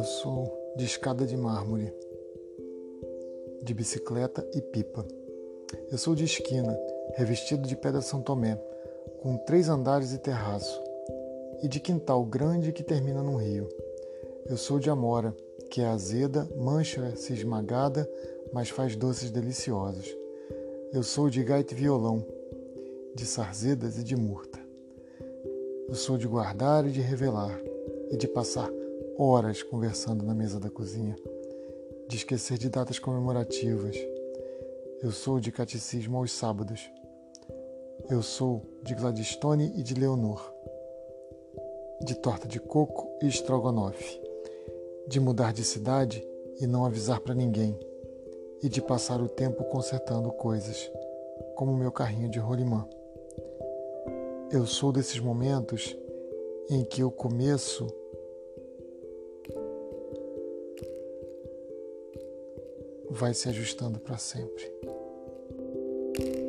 sou de escada de mármore, de bicicleta e pipa. Eu sou de esquina, revestido de pedra São Tomé, com 3 andares e terraço, e de quintal grande que termina num rio. Eu sou de amora, que é azeda, mancha-se esmagada, mas faz doces deliciosos. Eu sou de gaita e violão, de sarzedas e de murta. Eu sou de guardar e de revelar, e de passar horas conversando na mesa da cozinha, de esquecer de datas comemorativas. Eu sou de catecismo aos sábados. Eu sou de Gladstone e de Leonor, de torta de coco e estrogonofe, de mudar de cidade e não avisar para ninguém, e de passar o tempo consertando coisas, como o meu carrinho de rolimã. Eu sou desses momentos em que o começo vai se ajustando para sempre.